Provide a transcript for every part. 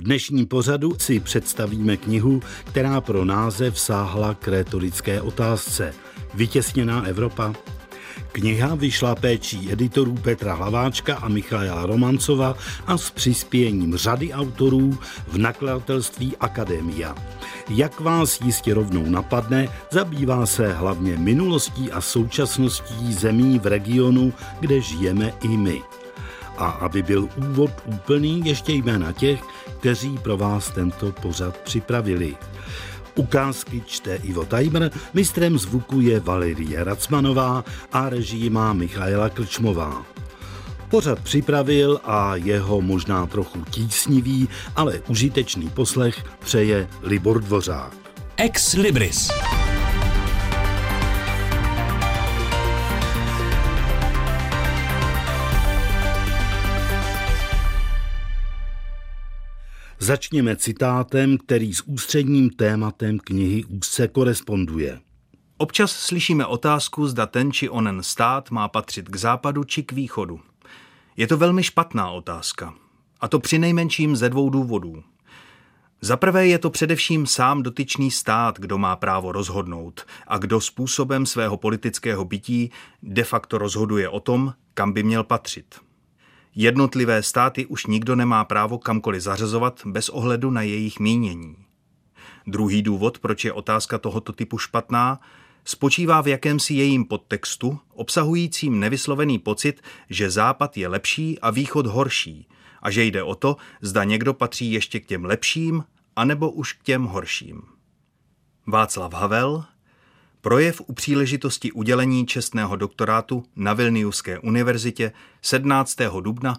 V dnešním pořadu si představíme knihu, která pro název sáhla k rétorické otázce. Vytěsněná Evropa? Kniha vyšla péčí editorů Petra Hlaváčka a Michaela Romancova a s přispěním řady autorů v nakladatelství Akademia. Jak vás jistě rovnou napadne, zabývá se hlavně minulostí a současností zemí v regionu, kde žijeme i my. A aby byl úvod úplný, ještě jména těch, kteří pro vás tento pořad připravili. Ukázky čte Ivo Tajmr, mistrem zvuku je Valerie Racmanová a režii má Michaela Krčmová. Pořad připravil a jeho možná trochu tísnivý, ale užitečný poslech přeje Libor Dvořák. Ex Libris. Začněme citátem, který s ústředním tématem knihy úzce koresponduje. Občas slyšíme otázku, zda ten či onen stát má patřit k západu či k východu. Je to velmi špatná otázka. A to přinejmenším ze dvou důvodů. Za prvé je to především sám dotyčný stát, kdo má právo rozhodnout a kdo způsobem svého politického bytí de facto rozhoduje o tom, kam by měl patřit. Jednotlivé státy už nikdo nemá právo kamkoliv zařazovat bez ohledu na jejich mínění. Druhý důvod, proč je otázka tohoto typu špatná, spočívá v jakémsi jejím podtextu, obsahujícím nevyslovený pocit, že západ je lepší a východ horší a že jde o to, zda někdo patří ještě k těm lepším, anebo už k těm horším. Václav Havel, projev u příležitosti udělení čestného doktorátu na Vilniuské univerzitě 17. dubna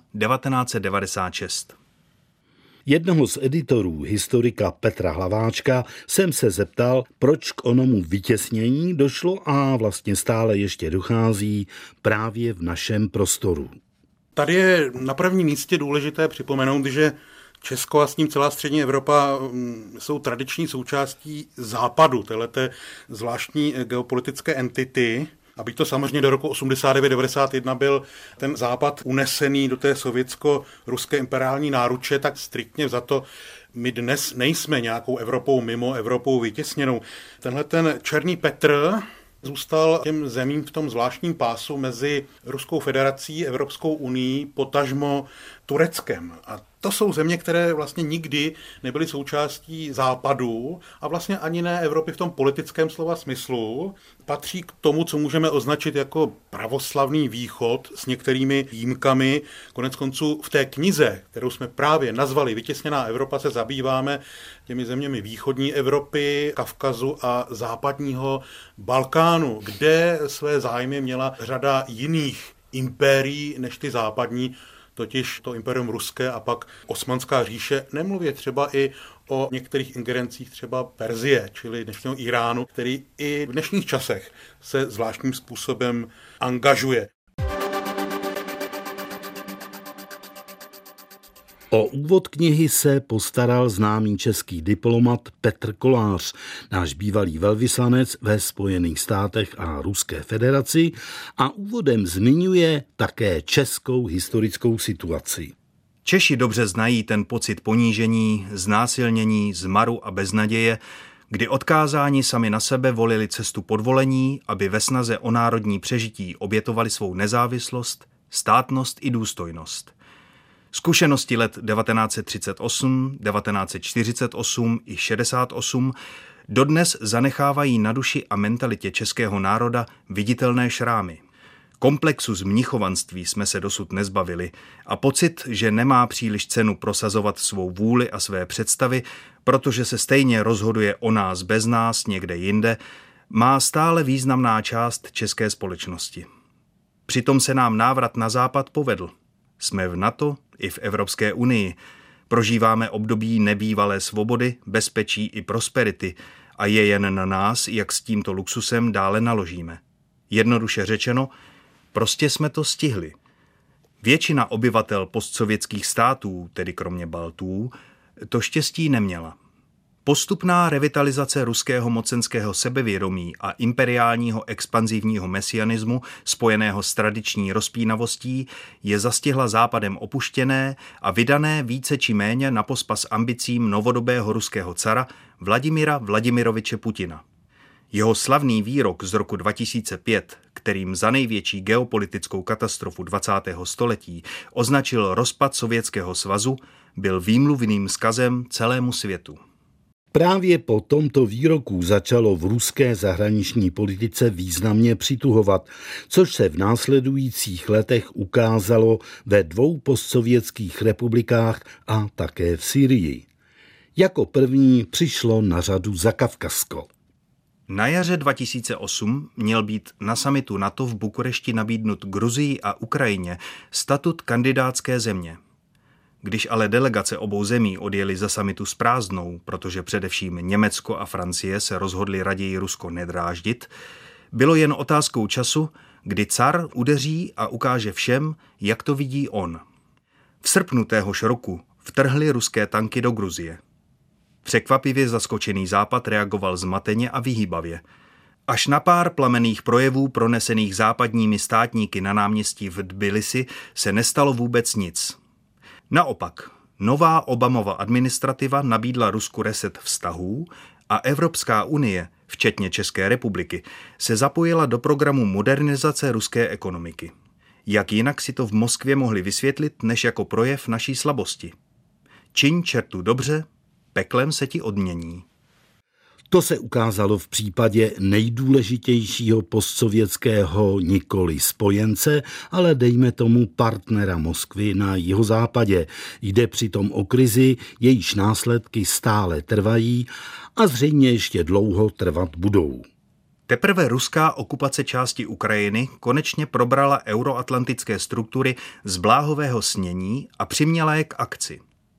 1996. Jednoho z editorů, historika Petra Hlaváčka, jsem se zeptal, proč k onomu vytěsnění došlo a vlastně stále ještě dochází právě v našem prostoru. Tady je na prvním místě důležité připomenout, že Česko a s ním celá střední Evropa jsou tradiční součástí západu, téhleté zvláštní geopolitické entity. Aby to samozřejmě do roku 89-91 byl ten západ unesený do té sovětsko-ruské imperiální náruče, tak striktně vzato my dnes nejsme nějakou Evropou mimo, Evropou vytěsněnou. Tenhle ten černý Petr zůstal těm zemím v tom zvláštním pásu mezi Ruskou federací, Evropskou unií, potažmo Tureckem. A to jsou země, které vlastně nikdy nebyly součástí západu a vlastně ani ne Evropy v tom politickém slova smyslu. Patří k tomu, co můžeme označit jako pravoslavný východ s některými výjimkami. Koneckonců v té knize, kterou jsme právě nazvali Vytěsněná Evropa, se zabýváme těmi zeměmi východní Evropy, Kavkazu a západního Balkánu, kde své zájmy měla řada jiných impérií než ty západní, totiž to imperium ruské a pak Osmanská říše, nemluvě třeba i o některých ingerencích třeba Perzie, čili dnešního Iránu, který i v dnešních časech se zvláštním způsobem angažuje. O úvod knihy se postaral známý český diplomat Petr Kolář, náš bývalý velvyslanec ve Spojených státech a Ruské federaci, a úvodem zmiňuje také českou historickou situaci. Češi dobře znají ten pocit ponížení, znásilnění, zmaru a beznaděje, kdy odkázáni sami na sebe volili cestu podvolení, aby ve snaze o národní přežití obětovali svou nezávislost, státnost i důstojnost. Zkušenosti let 1938, 1948 i 68 dodnes zanechávají na duši a mentalitě českého národa viditelné šrámy. Komplexu z mnichovanství jsme se dosud nezbavili a pocit, že nemá příliš cenu prosazovat svou vůli a své představy, protože se stejně rozhoduje o nás bez nás někde jinde, má stále významná část české společnosti. Přitom se nám návrat na západ povedl. Jsme v NATO i v Evropské unii. Prožíváme období nebývalé svobody, bezpečí i prosperity a je jen na nás, jak s tímto luxusem dále naložíme. Jednoduše řečeno, prostě jsme to stihli. Většina obyvatel postsovětských států, tedy kromě Baltů, to štěstí neměla. Postupná revitalizace ruského mocenského sebevědomí a imperiálního expanzivního mesianismu spojeného s tradiční rozpínavostí je zastihla Západem opuštěné a vydané více či méně na pospas ambicím novodobého ruského cara Vladimira Vladimiroviče Putina. Jeho slavný výrok z roku 2005, kterým za největší geopolitickou katastrofu 20. století označil rozpad Sovětského svazu, byl výmluvným vzkazem celému světu. Právě po tomto výroku začalo v ruské zahraniční politice významně přituhovat, což se v následujících letech ukázalo ve 2 postsovětských republikách a také v Sýrii. Jako první přišlo na řadu Zakavkazsko. Na jaře 2008 měl být na summitu NATO v Bukurešti nabídnut Gruzii a Ukrajině statut kandidátské země. Když ale delegace obou zemí odjeli za summitu s prázdnou, protože především Německo a Francie se rozhodli raději Rusko nedráždit, bylo jen otázkou času, kdy car udeří a ukáže všem, jak to vidí on. V srpnu téhož roku vtrhly ruské tanky do Gruzie. Překvapivě zaskočený Západ reagoval zmateně a vyhýbavě. Až na pár plamenných projevů pronesených západními státníky na náměstí v Tbilisi se nestalo vůbec nic. Naopak, nová Obamova administrativa nabídla Rusku reset vztahů a Evropská unie, včetně České republiky, se zapojila do programu modernizace ruské ekonomiky. Jak jinak si to v Moskvě mohli vysvětlit, než jako projev naší slabosti? Čiň čertu dobře, peklem se ti odmění. To se ukázalo v případě nejdůležitějšího postsovětského nikoli spojence, ale dejme tomu partnera Moskvy na jihozápadě. Jde přitom o krizi, jejíž následky stále trvají a zřejmě ještě dlouho trvat budou. Teprve ruská okupace části Ukrajiny konečně probrala euroatlantické struktury z bláhového snění a přiměla je k akci.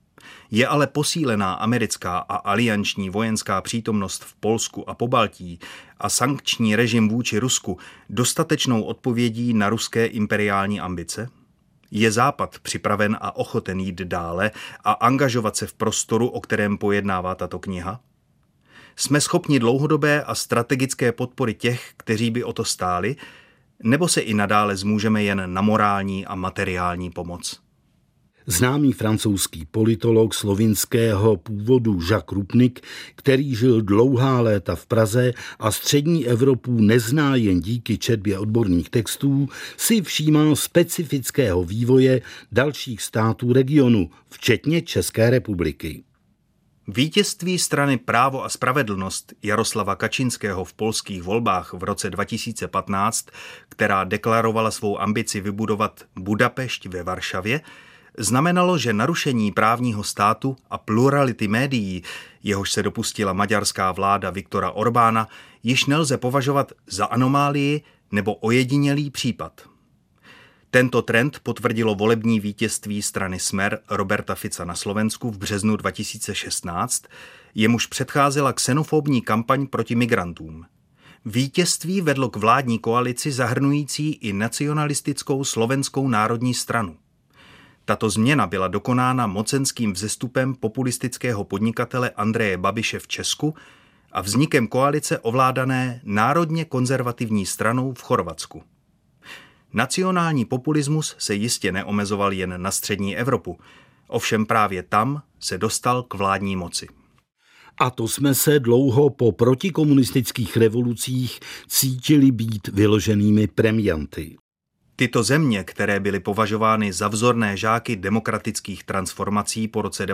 Je ale posílená americká a alianční vojenská přítomnost v Polsku a Pobaltí a sankční režim vůči Rusku dostatečnou odpovědí na ruské imperiální ambice? Je Západ připraven a ochoten jít dále a angažovat se v prostoru, o kterém pojednává tato kniha? Jsme schopni dlouhodobé a strategické podpory těch, kteří by o to stáli, nebo se i nadále zmůžeme jen na morální a materiální pomoc? Známý francouzský politolog slovinského původu Jacques Rupnik, který žil dlouhá léta v Praze a střední Evropu nezná jen díky četbě odborných textů, si všímá specifického vývoje dalších států regionu, včetně České republiky. Vítězství strany Právo a spravedlnost Jaroslava Kačinského v polských volbách v roce 2015, která deklarovala svou ambici vybudovat Budapešť ve Varšavě, znamenalo, že narušení právního státu a plurality médií, jehož se dopustila maďarská vláda Viktora Orbána, již nelze považovat za anomálii nebo ojedinělý případ. Tento trend potvrdilo volební vítězství strany Smer Roberta Fica na Slovensku v březnu 2016, jemuž předcházela xenofobní kampaň proti migrantům. Vítězství vedlo k vládní koalici zahrnující i nacionalistickou Slovenskou národní stranu. Tato změna byla dokonána mocenským vzestupem populistického podnikatele Andreje Babiše v Česku a vznikem koalice ovládané národně konzervativní stranou v Chorvatsku. Nacionální populismus se jistě neomezoval jen na střední Evropu, ovšem právě tam se dostal k vládní moci. A to jsme se dlouho po protikomunistických revolucích cítili být vyloženými premianty. Tyto země, které byly považovány za vzorné žáky demokratických transformací po roce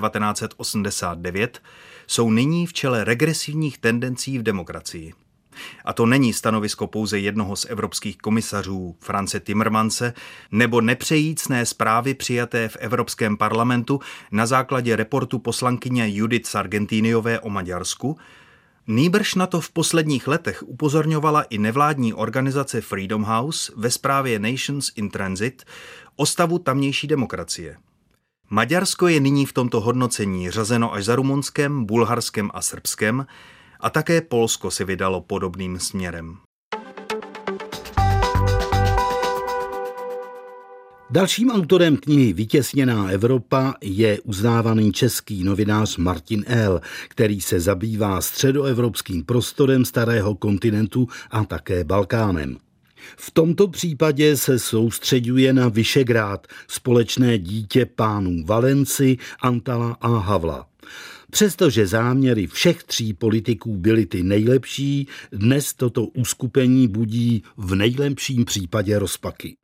1989, jsou nyní v čele regresivních tendencí v demokracii. A to není stanovisko pouze jednoho z evropských komisařů, France Timmermanse, nebo nepřejícné zprávy přijaté v Evropském parlamentu na základě reportu poslankyně Judith Sargentiniové o Maďarsku. Nýbrž na to v posledních letech upozorňovala i nevládní organizace Freedom House ve zprávě Nations in Transit o stavu tamnější demokracie. Maďarsko je nyní v tomto hodnocení řazeno až za Rumunskem, Bulharskem a Srbskem a také Polsko se vydalo podobným směrem. Dalším autorem knihy Vytěsněná Evropa je uznávaný český novinář Martin Ehl, který se zabývá středoevropským prostorem starého kontinentu a také Balkánem. V tomto případě se soustřeďuje na Visegrád, společné dítě pánů Valenci, Antala a Havla. Přestože záměry všech tří politiků byly ty nejlepší, dnes toto uskupení budí v nejlepším případě rozpaky.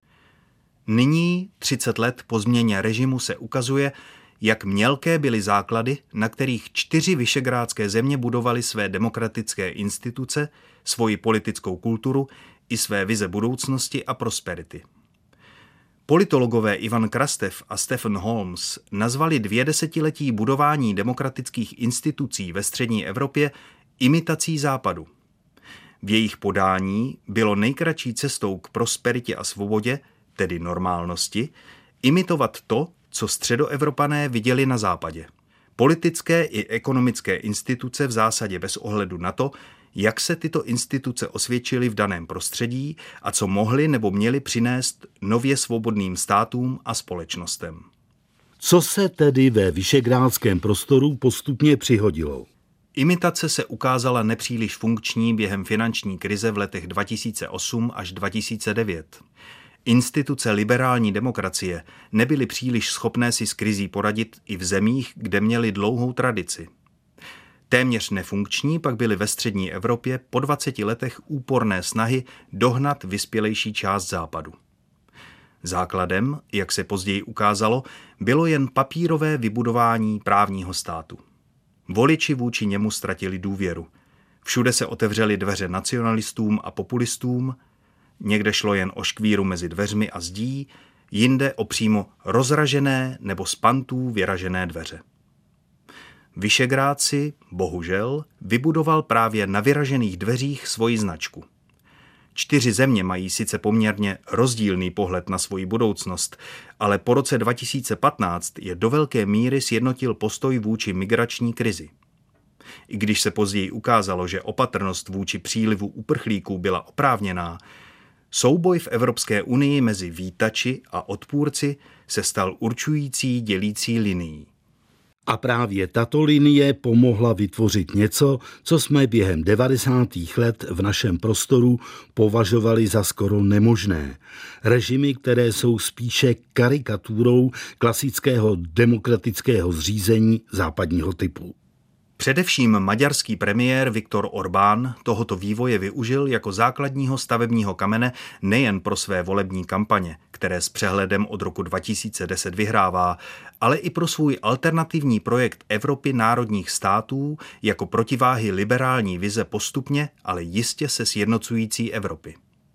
Nyní, 30 let po změně režimu, se ukazuje, jak mělké byly základy, na kterých 4 visegrádské země budovaly své demokratické instituce, svoji politickou kulturu i své vize budoucnosti a prosperity. Politologové Ivan Krastev a Stephen Holmes nazvali 2 desetiletí budování demokratických institucí ve střední Evropě imitací Západu. V jejich podání bylo nejkratší cestou k prosperitě a svobodě, tedy normálnosti, imitovat to, co středoevropané viděli na západě. Politické i ekonomické instituce v zásadě bez ohledu na to, jak se tyto instituce osvědčily v daném prostředí a co mohly nebo měly přinést nově svobodným státům a společnostem. Co se tedy ve visegrádském prostoru postupně přihodilo? Imitace se ukázala nepříliš funkční během finanční krize v letech 2008 až 2009. Instituce liberální demokracie nebyly příliš schopné si s krizí poradit i v zemích, kde měly dlouhou tradici. Téměř nefunkční pak byly ve střední Evropě po 20 letech úporné snahy dohnat vyspělejší část západu. Základem, jak se později ukázalo, bylo jen papírové vybudování právního státu. Voliči vůči němu ztratili důvěru. Všude se otevřely dveře nacionalistům a populistům, někde šlo jen o škvíru mezi dveřmi a zdí, jinde o přímo rozražené nebo z pantů vyražené dveře. Visegrád si, bohužel, vybudoval právě na vyražených dveřích svoji značku. 4 země mají sice poměrně rozdílný pohled na svoji budoucnost, ale po roce 2015 je do velké míry sjednotil postoj vůči migrační krizi. I když se později ukázalo, že opatrnost vůči přílivu uprchlíků byla oprávněná, souboj v Evropské unii mezi vítači a odpůrci se stal určující dělící linií. A právě tato linie pomohla vytvořit něco, co jsme během 90. let v našem prostoru považovali za skoro nemožné. Režimy, které jsou spíše karikaturou klasického demokratického zřízení západního typu. Především maďarský premiér Viktor Orbán tohoto vývoje využil jako základního stavebního kamene nejen pro své volební kampaně, které s přehledem od roku 2010 vyhrává, ale i pro svůj alternativní projekt Evropy národních států jako protiváhy liberální vize postupně, ale jistě se sjednocující Evropy.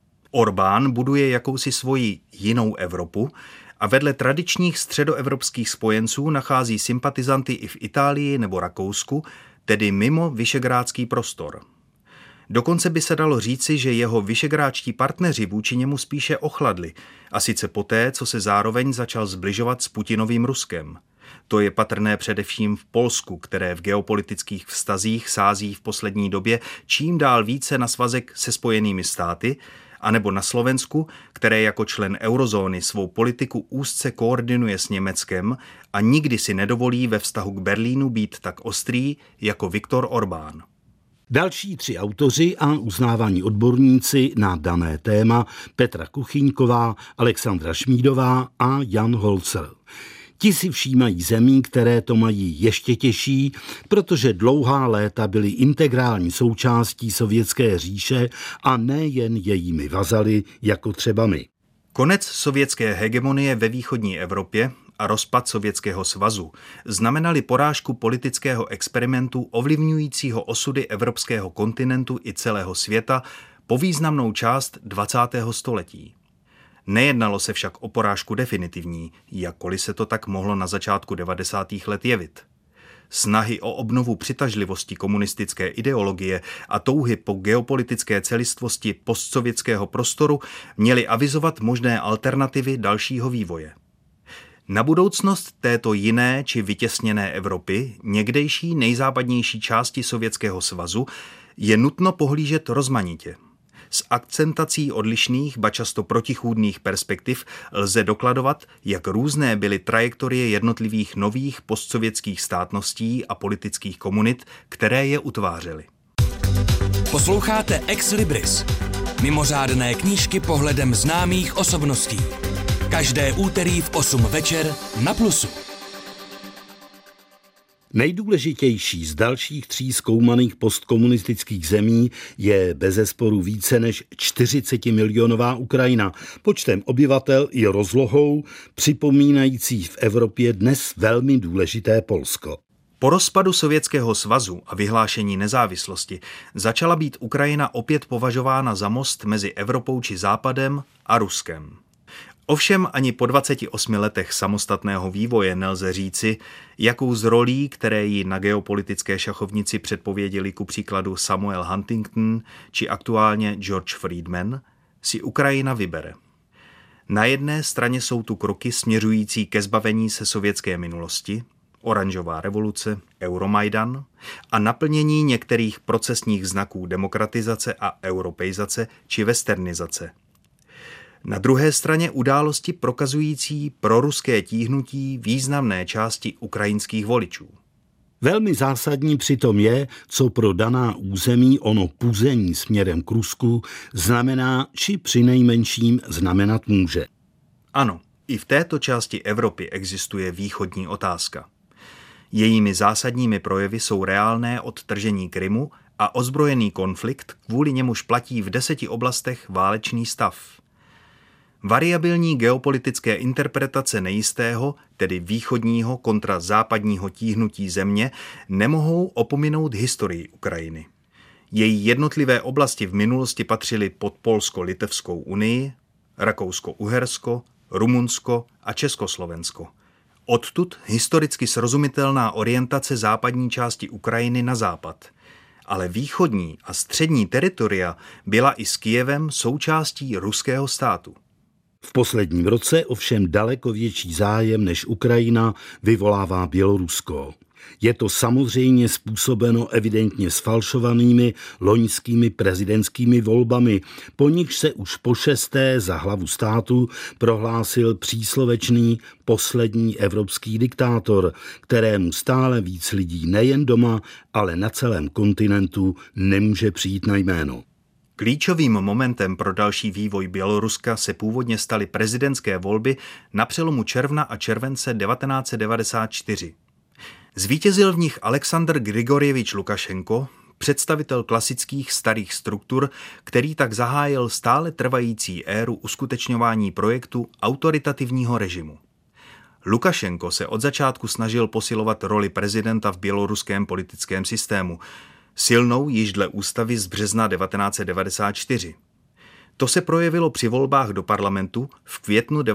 Orbán buduje jakousi svoji jinou Evropu a vedle tradičních středoevropských spojenců nachází sympatizanty i v Itálii nebo Rakousku, tedy mimo visegrádský prostor. Dokonce by se dalo říci, že jeho visegrádští partneři vůči němu spíše ochladli, a sice poté, co se zároveň začal zbližovat s Putinovým Ruskem. To je patrné především v Polsku, které v geopolitických vztazích sází v poslední době čím dál více na svazek se Spojenými státy, anebo na Slovensku, které jako člen eurozóny svou politiku úzce koordinuje s Německem a nikdy si nedovolí ve vztahu k Berlínu být tak ostrý jako Viktor Orbán. Další 3 autoři a uznávaní odborníci na dané téma Petra Kuchyňková, Alexandra Šmídová a Jan Holzer. Ti si všímají zemí, které to mají ještě těžší, protože dlouhá léta byly integrální součástí Sovětské říše a nejen jejími vazaly, jako třeba my. Konec sovětské hegemonie ve východní Evropě a rozpad Sovětského svazu znamenaly porážku politického experimentu ovlivňujícího osudy evropského kontinentu i celého světa po významnou část 20. století. Nejednalo se však o porážku definitivní, jakkoliv se to tak mohlo na začátku 90. let jevit. Snahy o obnovu přitažlivosti komunistické ideologie a touhy po geopolitické celistvosti postsovětského prostoru měly avizovat možné alternativy dalšího vývoje. Na budoucnost této jiné či vytěsněné Evropy, někdejší nejzápadnější části Sovětského svazu, je nutno pohlížet rozmanitě. S akcentací odlišných, ba často protichůdných perspektiv lze dokladovat, jak různé byly trajektorie jednotlivých nových postsovětských státností a politických komunit, které je utvářely. Posloucháte Ex Libris, mimořádné knížky pohledem známých osobností. Každé úterý v 8 večer na Plusu. Nejdůležitější z dalších 3 zkoumaných postkomunistických zemí je bezesporu více než 40milionová Ukrajina, počtem obyvatel i rozlohou, připomínající v Evropě dnes velmi důležité Polsko. Po rozpadu Sovětského svazu a vyhlášení nezávislosti začala být Ukrajina opět považována za most mezi Evropou či Západem a Ruskem. Ovšem ani po 28 letech samostatného vývoje nelze říci, jakou z rolí, které ji na geopolitické šachovnici předpověděli ku příkladu Samuel Huntington či aktuálně George Friedman, si Ukrajina vybere. Na jedné straně jsou tu kroky směřující ke zbavení se sovětské minulosti, oranžová revoluce, Euromajdan a naplnění některých procesních znaků demokratizace a europeizace či westernizace. Na druhé straně události prokazující proruské tíhnutí významné části ukrajinských voličů. Velmi zásadní přitom je, co pro daná území ono puzení směrem k Rusku znamená či přinejmenším znamenat může. Ano, i v této části Evropy existuje východní otázka. Jejími zásadními projevy jsou reálné odtržení Krymu a ozbrojený konflikt, kvůli němuž platí v 10 oblastech válečný stav. Variabilní geopolitické interpretace nejistého, tedy východního kontra západního tíhnutí země, nemohou opominout historii Ukrajiny. Její jednotlivé oblasti v minulosti patřily pod Polsko-Litevskou unii, Rakousko-Uhersko, Rumunsko a Československo. Odtud historicky srozumitelná orientace západní části Ukrajiny na západ. Ale východní a střední teritoria byla i s Kyjevem součástí ruského státu. V posledním roce ovšem daleko větší zájem než Ukrajina vyvolává Bělorusko. Je to samozřejmě způsobeno evidentně sfalšovanými loňskými prezidentskými volbami, po nichž se už po 6. za hlavu státu prohlásil příslovečný poslední evropský diktátor, kterému stále víc lidí nejen doma, ale na celém kontinentu nemůže přijít na jméno. Klíčovým momentem pro další vývoj Běloruska se původně staly prezidentské volby na přelomu června a července 1994. Zvítězil v nich Alexandr Grigorjevič Lukašenko, představitel klasických starých struktur, který tak zahájil stále trvající éru uskutečňování projektu autoritativního režimu. Lukašenko se od začátku snažil posilovat roli prezidenta v běloruském politickém systému, silnou již dle ústavy z března 1994. To se projevilo při volbách do parlamentu v květnu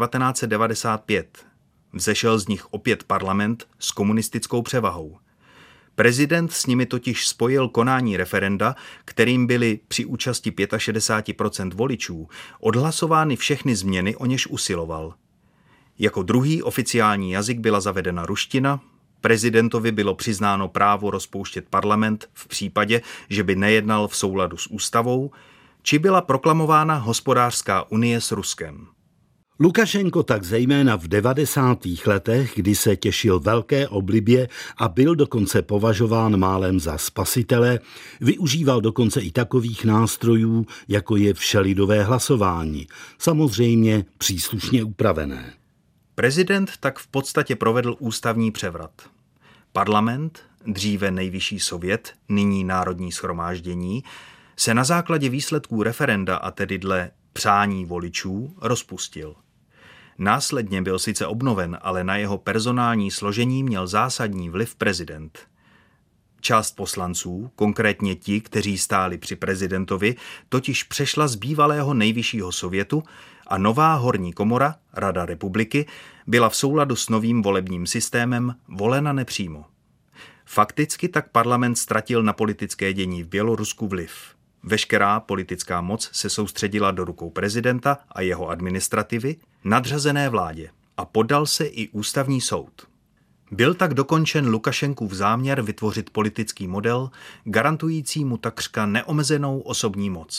1995. Vzešel z nich opět parlament s komunistickou převahou. Prezident s nimi totiž spojil konání referenda, kterým byly při účasti 65% voličů odhlasovány všechny změny, o něž usiloval. Jako druhý oficiální jazyk byla zavedena ruština, prezidentovi bylo přiznáno právo rozpouštět parlament v případě, že by nejednal v souladu s ústavou, či byla proklamována hospodářská unie s Ruskem. Lukašenko tak zejména v 90. letech, kdy se těšil velké oblibě a byl dokonce považován málem za spasitele, využíval dokonce i takových nástrojů, jako je všelidové hlasování, samozřejmě příslušně upravené. Prezident tak v podstatě provedl ústavní převrat. Parlament, dříve Nejvyšší sovět, nyní Národní shromáždění, se na základě výsledků referenda, a tedy dle přání voličů, rozpustil. Následně byl sice obnoven, ale na jeho personální složení měl zásadní vliv prezident. Část poslanců, konkrétně ti, kteří stáli při prezidentovi, totiž přešla z bývalého Nejvyššího sovětu a nová horní komora, Rada republiky, byla v souladu s novým volebním systémem volena nepřímo. Fakticky tak parlament ztratil na politické dění v Bělorusku vliv. Veškerá politická moc se soustředila do rukou prezidenta a jeho administrativy, nadřazené vládě, a podal se i ústavní soud. Byl tak dokončen Lukašenkův záměr vytvořit politický model, garantující mu takřka neomezenou osobní moc.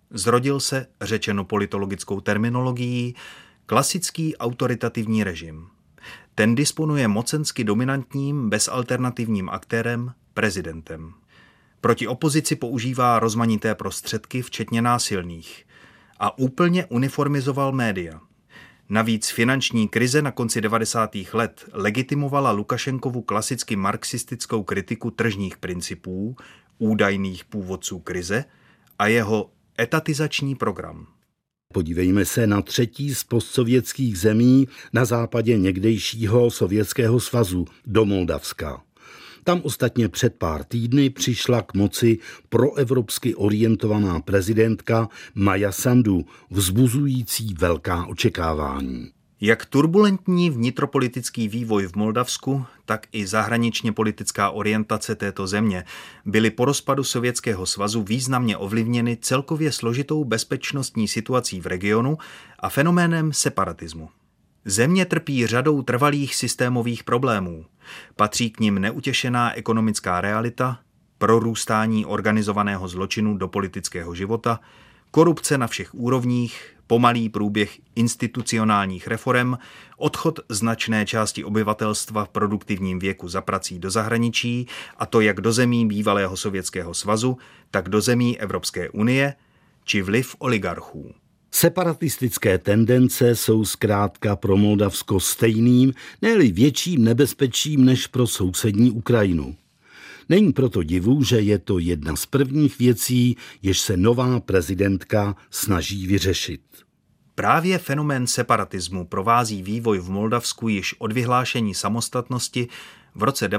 Zrodil se, řečeno politologickou terminologií, klasický autoritativní režim. Ten disponuje mocensky dominantním, bezalternativním aktérem, prezidentem. Proti opozici používá rozmanité prostředky, včetně násilných. A úplně uniformizoval média. Navíc finanční krize na konci 90. let legitimovala Lukašenkovu klasicky marxistickou kritiku tržních principů, údajných původců krize a jeho etatizační program. Podívejme se na třetí z postsovětských zemí na západě někdejšího Sovětského svazu, do Moldavska. Tam ostatně před pár týdny přišla k moci proevropsky orientovaná prezidentka Maja Sandu, vzbuzující velká očekávání. Jak turbulentní vnitropolitický vývoj v Moldavsku, tak i zahraničně politická orientace této země byly po rozpadu Sovětského svazu významně ovlivněny celkově složitou bezpečnostní situací v regionu a fenoménem separatismu. Země trpí řadou trvalých systémových problémů. Patří k nim neutěšená ekonomická realita, prorůstání organizovaného zločinu do politického života, korupce na všech úrovních, pomalý průběh institucionálních reforem, odchod značné části obyvatelstva v produktivním věku za prací do zahraničí, a to jak do zemí bývalého Sovětského svazu, tak do zemí Evropské unie, či vliv oligarchů. Separatistické tendence jsou zkrátka pro Moldavsko stejným, ne-li větším nebezpečím než pro sousední Ukrajinu. Není proto divu, že je to jedna z prvních věcí, jež se nová prezidentka snaží vyřešit. Právě fenomén separatismu provází vývoj v Moldavsku již od vyhlášení samostatnosti v roce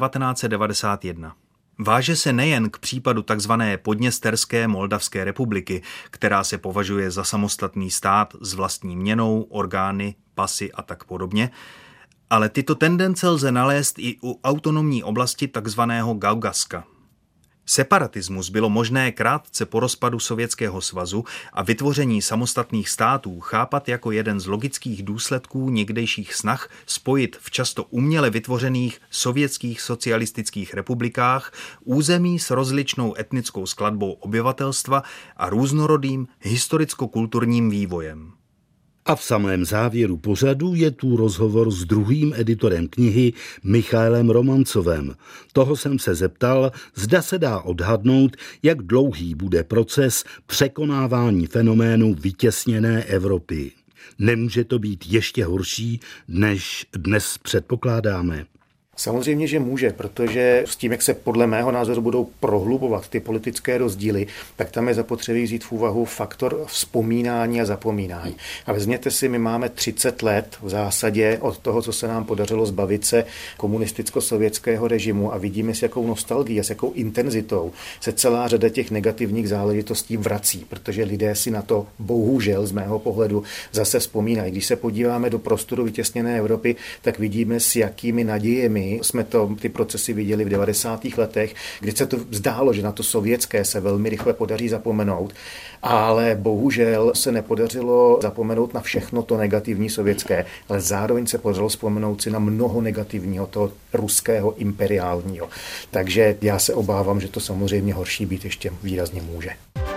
1991. Váže se nejen k případu tzv. Podněsterské Moldavské republiky, která se považuje za samostatný stát s vlastní měnou, orgány, pasy a tak podobně, ale tyto tendence lze nalézt i u autonomní oblasti tzv. Gaugaska. Separatismus bylo možné krátce po rozpadu Sovětského svazu a vytvoření samostatných států chápat jako jeden z logických důsledků někdejších snah spojit v často uměle vytvořených sovětských socialistických republikách území s rozličnou etnickou skladbou obyvatelstva a různorodým historicko-kulturním vývojem. A v samém závěru pořadu je tu rozhovor s druhým editorem knihy Michaelem Romancovem. Toho jsem se zeptal, zda se dá odhadnout, jak dlouhý bude proces překonávání fenoménu vytěsněné Evropy. Nemůže to být ještě horší, než dnes předpokládáme? Samozřejmě, že může, protože s tím, jak se podle mého názoru budou prohlubovat ty politické rozdíly, tak tam je zapotřebí vzít v úvahu faktor vzpomínání a zapomínání. A vezměte si, my máme 30 let v zásadě od toho, co se nám podařilo zbavit se komunisticko-sovětského režimu a vidíme, s jakou nostalgií a s jakou intenzitou se celá řada těch negativních záležitostí vrací, protože lidé si na to bohužel z mého pohledu zase vzpomínají. Když se podíváme do prostoru vytěsněné Evropy, tak vidíme, s jakými nadějemi jsme ty procesy viděli v 90. letech, kdy se to zdálo, že na to sovětské se velmi rychle podaří zapomenout, ale bohužel se nepodařilo zapomenout na všechno to negativní sovětské, ale zároveň se podařilo vzpomenout si na mnoho negativního, toho ruského imperiálního. Takže já se obávám, že to samozřejmě horší být ještě výrazně může.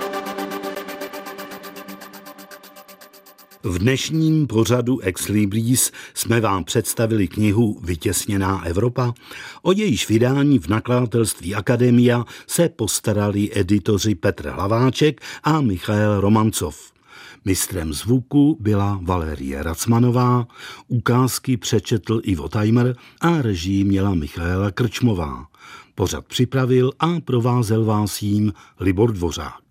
V dnešním pořadu Ex Libris jsme vám představili knihu Vytěsněná Evropa. O jejíž vydání v nakladatelství Akademia se postarali editoři Petr Hlaváček a Michael Romancov. Mistrem zvuku byla Valérie Racmanová, ukázky přečetl Ivo Tajmer a režii měla Michaela Krčmová. Pořad připravil a provázel vás jím Libor Dvořák.